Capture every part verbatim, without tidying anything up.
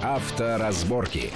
Авторазборки.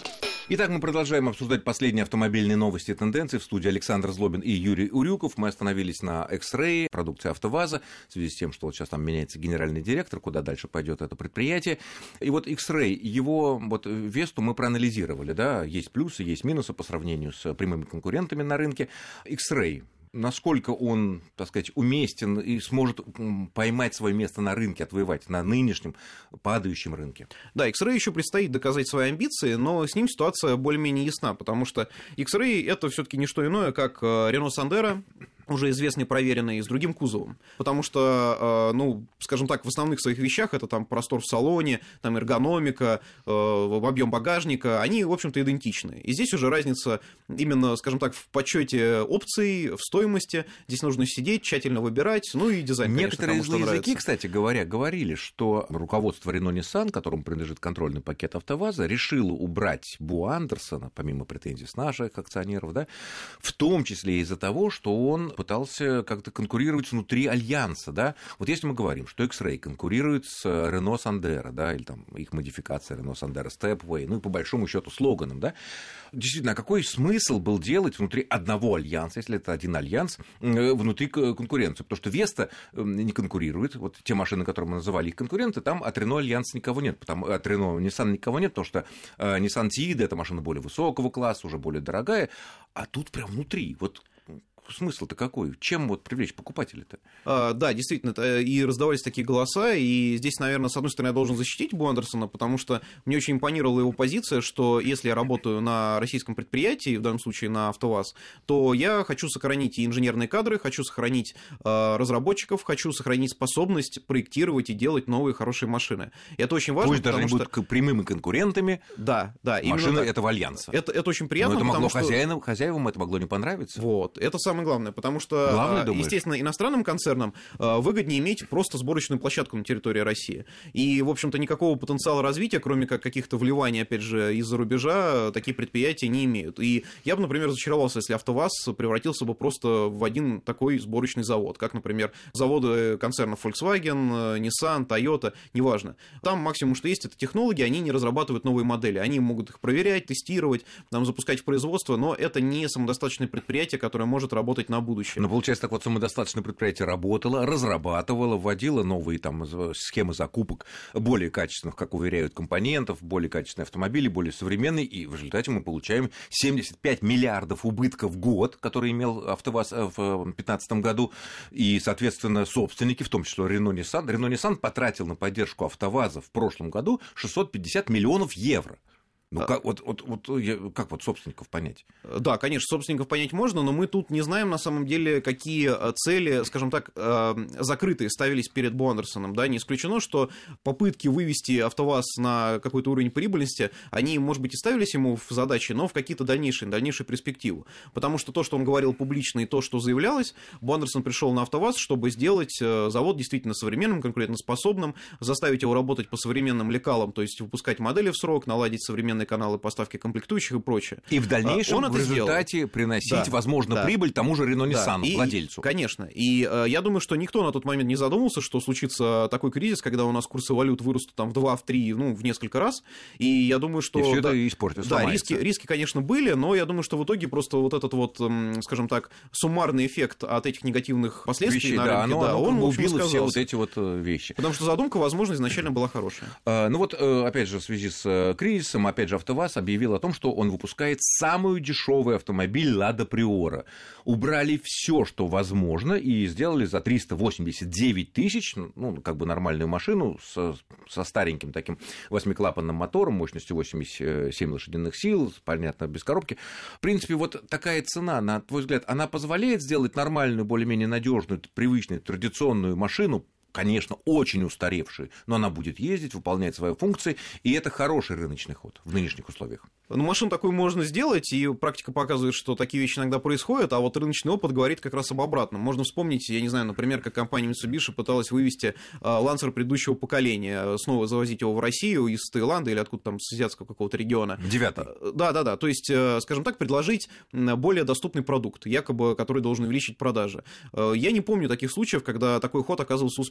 Итак, мы продолжаем обсуждать последние автомобильные новости и тенденции. В студии Александр Злобин и Юрий Урюков. Мы остановились на X-Ray, продукции АвтоВАЗа, в связи с тем, что вот сейчас там меняется генеральный директор, куда дальше пойдет это предприятие. И вот X-Ray, его вот Весту мы проанализировали, да, есть плюсы, есть минусы по сравнению с прямыми конкурентами на рынке. X-Ray. Насколько он, так сказать, уместен и сможет поймать свое место на рынке, отвоевать на нынешнем падающем рынке? Да, X-Ray еще предстоит доказать свои амбиции, но с ним ситуация более-менее ясна, потому что X-Ray — это все-таки не что иное, как Renault Sandero, уже известный, проверенный, с другим кузовом. Потому что, ну, скажем так, в основных своих вещах, это там простор в салоне, там эргономика, объем багажника, они, в общем-то, идентичны. И здесь уже разница именно, скажем так, в подсчете опций, в стоимости. Здесь нужно сидеть, тщательно выбирать, ну и дизайн, Некоторые конечно, злые языки, кстати говоря, говорили, что руководство Renault-Nissan, которому принадлежит контрольный пакет АвтоВАЗа, решило убрать Бу Андерсона, помимо претензий с наших акционеров, да, в том числе из-за того, что он пытался как-то конкурировать внутри альянса, да. Вот если мы говорим, что X-Ray конкурирует с Renault Sandero, да, или там их модификация Renault Sandero Stepway, ну и по большому счету слоганом, да, действительно, а какой смысл был делать внутри одного альянса, если это один альянс, внутри конкуренции? Потому что Веста не конкурирует, вот те машины, которые мы называли их конкуренты, там от Renault альянса никого нет, потому, от Renault Nissan никого нет, потому что Nissan Tiida — это машина более высокого класса, уже более дорогая, а тут прям внутри, вот. Смысл-то какой? Чем вот привлечь покупателя-то? А, да, действительно, и раздавались такие голоса, и здесь, наверное, с одной стороны, я должен защитить Бу Андерсона, потому что мне очень импонировала его позиция, что если я работаю на российском предприятии, в данном случае на АвтоВАЗ, то я хочу сохранить и инженерные кадры, хочу сохранить э, разработчиков, хочу сохранить способность проектировать и делать новые хорошие машины. И это очень важно. Пусть даже они что... будут прямыми конкурентами, да, да, машины этого альянса. Это, это очень приятно. Но это могло что... хозяинам, хозяевам это могло не понравиться. Вот, это самое главное, потому что, Главное, естественно, иностранным концернам выгоднее иметь просто сборочную площадку на территории России. И, в общем-то, никакого потенциала развития, кроме как каких-то вливаний, опять же, из-за рубежа, такие предприятия не имеют. И я бы, например, разочаровался, если АвтоВАЗ превратился бы просто в один такой сборочный завод, как, например, заводы концернов Volkswagen, Nissan, Toyota, неважно. Там максимум, что есть, это технологии, они не разрабатывают новые модели. Они могут их проверять, тестировать, там, запускать в производство, но это не самодостаточное предприятие, которое может работать на будущее. Но получается, так вот самодостаточное предприятие работало, разрабатывало, вводило новые там схемы закупок более качественных, как уверяют, компонентов, более качественные автомобили, более современные, и в результате мы получаем семьдесят пять миллиардов убытков в год, который имел АвтоВАЗ в две тысячи пятнадцатом году, и, соответственно, собственники, в том числе Renault-Nissan, Renault-Nissan потратил на поддержку АвтоВАЗа в прошлом году шестьсот пятьдесят миллионов евро. Ну, как вот, вот, вот, как вот собственников понять? Да, конечно, собственников понять можно, но мы тут не знаем, на самом деле, какие цели, скажем так, закрытые ставились перед Бу Андерсоном. Да? Не исключено, что попытки вывести АвтоВАЗ на какой-то уровень прибыльности, они, может быть, и ставились ему в задачи, но в какие-то дальнейшие, дальнейшие перспективы. Потому что то, что он говорил публично, и то, что заявлялось, Бу Андерсон пришел на АвтоВАЗ, чтобы сделать завод действительно современным, конкурентоспособным, заставить его работать по современным лекалам, то есть выпускать модели в срок, наладить современные каналы поставки комплектующих и прочее. И в дальнейшем в результате сделал. приносить, да, возможно, да. прибыль тому же Renault-Nissan, да. владельцу. И, конечно. И э, я думаю, что никто на тот момент не задумывался, что случится такой кризис, когда у нас курсы валют вырастут там в два, в три, ну, в несколько раз. И я думаю, что... И все да, это испортится. Да, риски, риски, конечно, были, но я думаю, что в итоге просто вот этот вот, скажем так, суммарный эффект от этих негативных последствий Вещи, на да, рынке, оно, да, оно он, в общем, убило сказался. все вот эти вот вещи. Потому что задумка, возможно, изначально была хорошая. А, ну вот, опять же, в связи с кризисом, опять же, АвтоВАЗ объявил о том, что он выпускает самый дешевый автомобиль Лада Приора. Убрали все, что возможно, и сделали за триста восемьдесят девять тысяч, ну, как бы нормальную машину со, со стареньким таким восьмиклапанным мотором, мощностью восемьдесят семь лошадиных сил, понятно, без коробки. В принципе, вот такая цена, на твой взгляд, она позволяет сделать нормальную, более-менее надежную, привычную, традиционную машину, конечно, очень устаревшую, но она будет ездить, выполнять свои функции, и это хороший рыночный ход в нынешних условиях. Ну, машину такую можно сделать, и практика показывает, что такие вещи иногда происходят, а вот рыночный опыт говорит как раз об обратном. Можно вспомнить, я не знаю, например, как компания Mitsubishi пыталась вывести Lancer предыдущего поколения, снова завозить его в Россию из Таиланда или откуда там, с азиатского какого-то региона. Девятый. Да-да-да, то есть, скажем так, предложить более доступный продукт, якобы, который должен увеличить продажи. Я не помню таких случаев, когда такой ход оказывался успешным.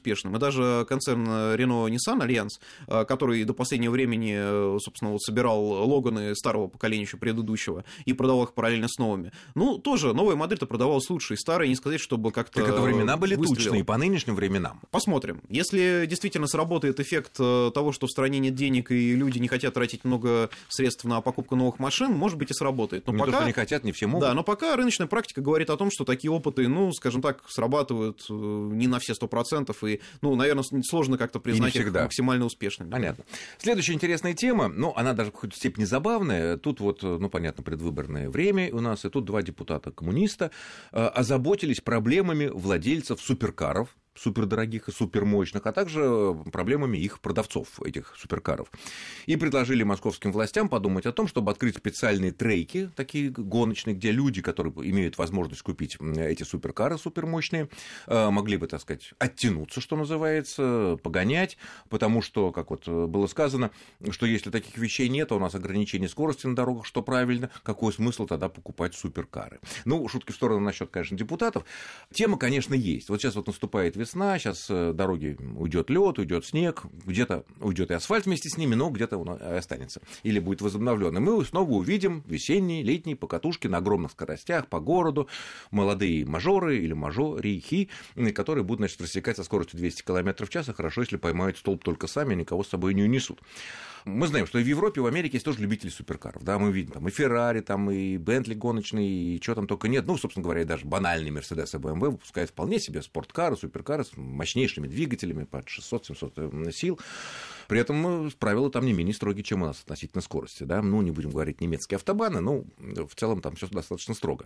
успешным. И даже концерн Renault-Nissan Альянс, который до последнего времени, собственно, вот собирал Логаны старого поколения еще предыдущего и продавал их параллельно с новыми. Ну, тоже новая модель-то продавалась лучше, и старая, не сказать, чтобы как-то Так это времена были выстрелила. тучные по нынешним временам. Посмотрим. Если действительно сработает эффект того, что в стране нет денег и люди не хотят тратить много средств на покупку новых машин, может быть, и сработает. Но не пока... то, что не хотят, не все могут. Да, но пока рыночная практика говорит о том, что такие опыты, ну, скажем так, срабатывают не на все сто процентов, и, ну, наверное, сложно как-то признать их максимально успешными. Понятно. Следующая интересная тема, ну, она даже в какой-то степени забавная. Тут вот, ну, понятно, предвыборное время у нас, и тут два депутата-коммуниста озаботились проблемами владельцев суперкаров, супердорогих и супермощных, а также проблемами их продавцов, этих суперкаров. И предложили московским властям подумать о том, чтобы открыть специальные треки, такие гоночные, где люди, которые имеют возможность купить эти суперкары супермощные, могли бы, так сказать, оттянуться, что называется, погонять, потому что, как вот было сказано, что если таких вещей нет, то у нас ограничение скорости на дорогах, что правильно, какой смысл тогда покупать суперкары? Ну, шутки в сторону насчет, конечно, депутатов. Тема, конечно, есть. Вот сейчас вот наступает весна, весна, сейчас дороги уйдет лед, уйдет снег, где-то уйдет и асфальт вместе с ними, но где-то он останется или будет возобновлен. И мы снова увидим весенние, летние покатушки на огромных скоростях по городу, молодые мажоры или мажорихи, которые будут, значит, рассекать со скоростью двести километров в час, и хорошо, если поймают столб только сами, никого с собой не унесут. Мы знаем, что и в Европе, и в Америке есть тоже любители суперкаров. Да, мы видим там и Феррари, там и Бентли гоночные, и что там только нет. Ну, собственно говоря, даже банальные Мерседес и бэ эм вэ выпускают вполне себе спорткары, суперкары с мощнейшими двигателями под шестьсот-семьсот сил. При этом правила там не менее строгие, чем у нас относительно скорости. Да? Ну, не будем говорить немецкие автобаны, но в целом там все достаточно строго.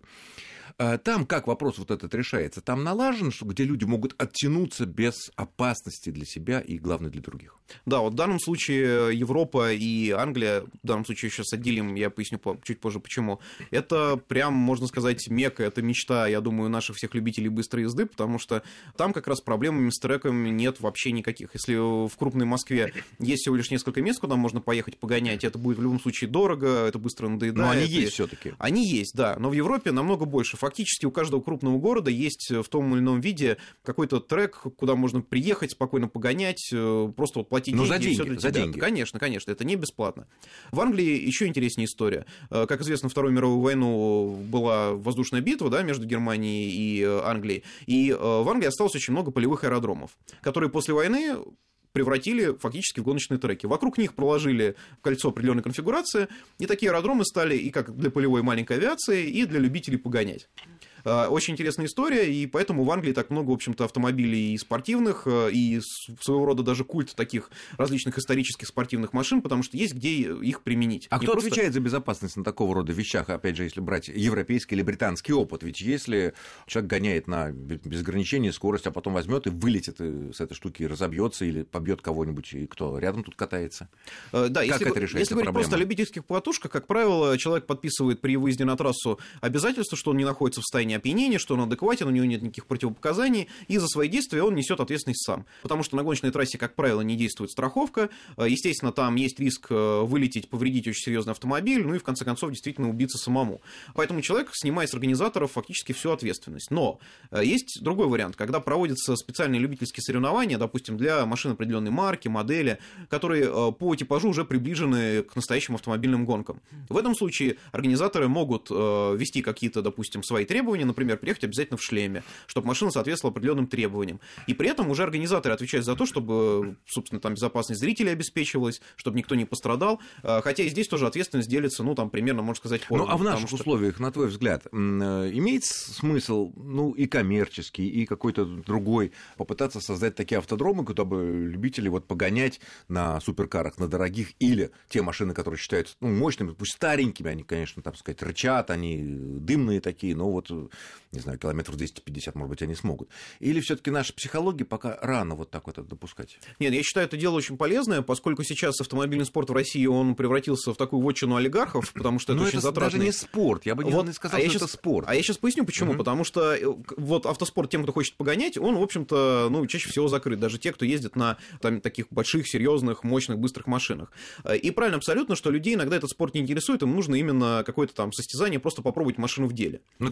Там как вопрос вот этот решается? Там налажен, что где люди могут оттянуться без опасности для себя и, главное, для других? Да, вот в данном случае Европа и Англия, в данном случае сейчас отделим, я поясню чуть позже почему, это прям, можно сказать, мекка, это мечта, я думаю, наших всех любителей быстрой езды, потому что там как раз проблемами с треками нет вообще никаких. Если в крупной Москве есть всего лишь несколько мест, куда можно поехать погонять, это будет в любом случае дорого, это быстро надоедает. Но они и... есть все-таки. Они есть, да, но в Европе намного больше. Фактически у каждого крупного города есть в том или ином виде какой-то трек, куда можно приехать, спокойно погонять, просто вот платить но деньги. За деньги, и всё для за тебя. деньги. Конечно, конечно, это не бесплатно. В Англии еще интереснее история. Как известно, Вторую мировую войну была воздушная битва, да, между Германией и Англией, и в Англии осталось очень много полевых аэродромов, которые после войны превратили фактически в гоночные треки. Вокруг них проложили кольцо определенной конфигурации, и такие аэродромы стали и как для полевой маленькой авиации, и для любителей погонять. Очень интересная история, и поэтому в Англии так много, в общем-то, автомобилей и спортивных, и своего рода даже культ таких различных исторических спортивных машин, потому что есть где их применить. А Не кто просто... отвечает за безопасность на такого рода вещах, опять же, если брать европейский или британский опыт? Ведь если человек гоняет на безграничение скорость, а потом возьмет и вылетит с этой штуки, разобьется или побьет кого-нибудь, и кто рядом тут катается? Да, как если, это решается если говорить проблема? просто о любительских покатушках, как правило, человек подписывает при выезде на трассу обязательство, что он не находится в состоянии опьянения, что он адекватен, у него нет никаких противопоказаний, и за свои действия он несет ответственность сам. Потому что на гоночной трассе, как правило, не действует страховка. Естественно, там есть риск вылететь, повредить очень серьезный автомобиль, ну и в конце концов действительно убиться самому. Поэтому человек снимает с организаторов фактически всю ответственность. Но есть другой вариант, когда проводятся специальные любительские соревнования, допустим, для машин определенной марки, модели, которые по типажу уже приближены к настоящим автомобильным гонкам. В этом случае организаторы могут ввести какие-то, допустим, свои требования, например, приехать обязательно в шлеме, чтобы машина соответствовала определенным требованиям. И при этом уже организаторы отвечают за то, чтобы, собственно, там безопасность зрителей обеспечивалась, чтобы никто не пострадал. Хотя и здесь тоже ответственность делится, ну, там, примерно, можно сказать, поровну. Ну, а в наших что... условиях, на твой взгляд, имеет смысл, ну, и коммерческий, и какой-то другой, попытаться создать такие автодромы, чтобы любители вот погонять на суперкарах, на дорогих, или те машины, которые считаются, ну, мощными, пусть старенькими, они, конечно, там, сказать, рычат, они дымные такие, но вот, не знаю, километров двести пятьдесят, может быть, они смогут. Или все-таки наша психология пока рано вот так вот это допускать? Нет, я считаю, это дело очень полезное, поскольку сейчас автомобильный спорт в России, он превратился в такую вотчину олигархов, потому что это но очень это затратный... даже не спорт, я бы не вот, сказал, а что я это сейчас, спорт. А я сейчас поясню, почему. Mm-hmm. Потому что вот автоспорт тем, кто хочет погонять, он, в общем-то, ну, чаще всего закрыт. Даже те, кто ездит на там, таких больших, серьезных, мощных, быстрых машинах. И правильно абсолютно, что людей иногда этот спорт не интересует, им нужно именно какое-то там состязание, просто попробовать машину в деле. Ну, какой-нибудь и... даже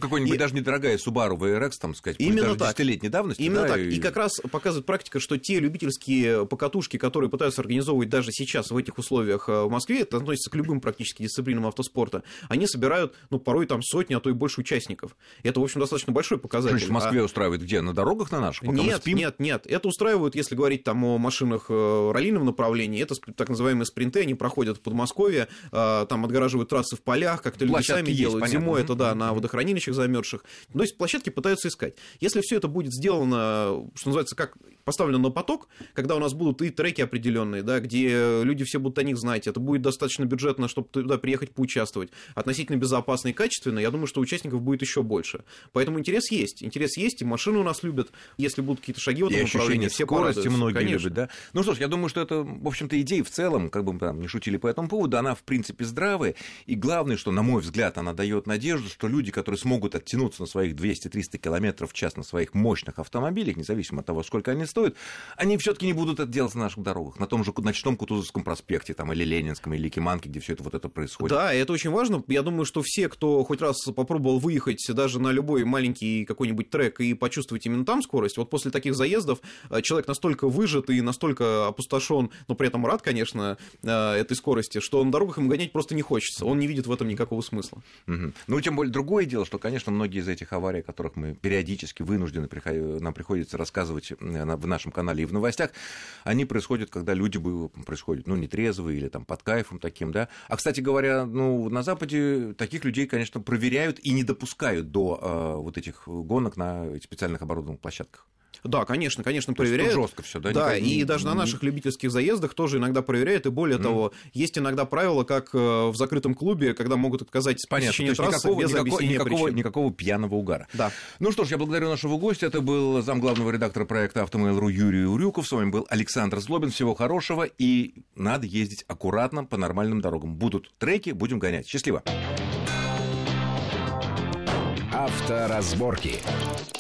даже недорогая Subaru ви эр икс, там, сказать, Именно даже так. десятилетней давности. Именно да, так. И... и как раз показывает практика, что те любительские покатушки, которые пытаются организовывать даже сейчас в этих условиях в Москве, это относится к любым практически дисциплинам автоспорта, они собирают, ну, порой там сотни, а то и больше участников. Это, в общем, достаточно большой показатель. Значит, в Москве а... устраивают где? На дорогах на наших? Пока нет, мы спим? нет, нет. Это устраивают, если говорить там о машинах раллийном направлении, это так называемые спринты, они проходят в Подмосковье, там отгораживают трассы в полях, как-то люди Площадки сами есть, делают. понятно. Зимой это, да, на водохранилищах замерзших. То есть площадки пытаются искать. Если все это будет сделано, что называется, как поставлено на поток, когда у нас будут и треки определенные, да, где люди все будут о них знать, это будет достаточно бюджетно, чтобы туда приехать поучаствовать, относительно безопасно и качественно, я думаю, что участников будет еще больше. Поэтому интерес есть. Интерес есть, и машины у нас любят. Если будут какие-то шаги в этом и направлении, все скорости многие конечно. любят, да? Ну что ж, я думаю, что это, в общем-то, идея в целом, как бы мы там не шутили по этому поводу, она, в принципе, здравая, и главное, что, на мой взгляд, она дает надежду, что люди, которые смогут оттянуться на своих двести-триста километров в час на своих мощных автомобилях, независимо от того, сколько они стоят, они все-таки не будут это делать на наших дорогах, на том же ночном Кутузовском проспекте, там, или Ленинском, или Ликиманке, где все это вот это происходит. Да, и это очень важно. Я думаю, что все, кто хоть раз попробовал выехать даже на любой маленький какой-нибудь трек и почувствовать именно там скорость, вот после таких заездов человек настолько выжат и настолько опустошен, но при этом рад, конечно, этой скорости, что на дорогах ему гонять просто не хочется. Он не видит в этом никакого смысла. Угу. Ну, тем более, другое дело, что, конечно, многие из этих аварий, о которых мы периодически вынуждены, нам приходится рассказывать в нашем канале и в новостях, они происходят, когда люди происходят, ну, нетрезвые или там под кайфом таким, да. А, кстати говоря, ну, на Западе таких людей, конечно, проверяют и не допускают до э, вот этих гонок на специальных оборудованных площадках. Да, конечно, конечно, проверяют. Жестко все, да? Да, никак... и даже на наших любительских заездах тоже иногда проверяют, и более mm. того, есть иногда правила, как в закрытом клубе, когда могут отказать посещение трассы никакого, без никакого, объяснения никакого, причин. Никакого пьяного угара. Да. Ну что ж, я благодарю нашего гостя, это был замглавного редактора проекта «Автомейл.ру» Юрий Урюков, с вами был Александр Злобин, всего хорошего, и надо ездить аккуратно по нормальным дорогам. Будут треки, будем гонять. Счастливо! Авторазборки.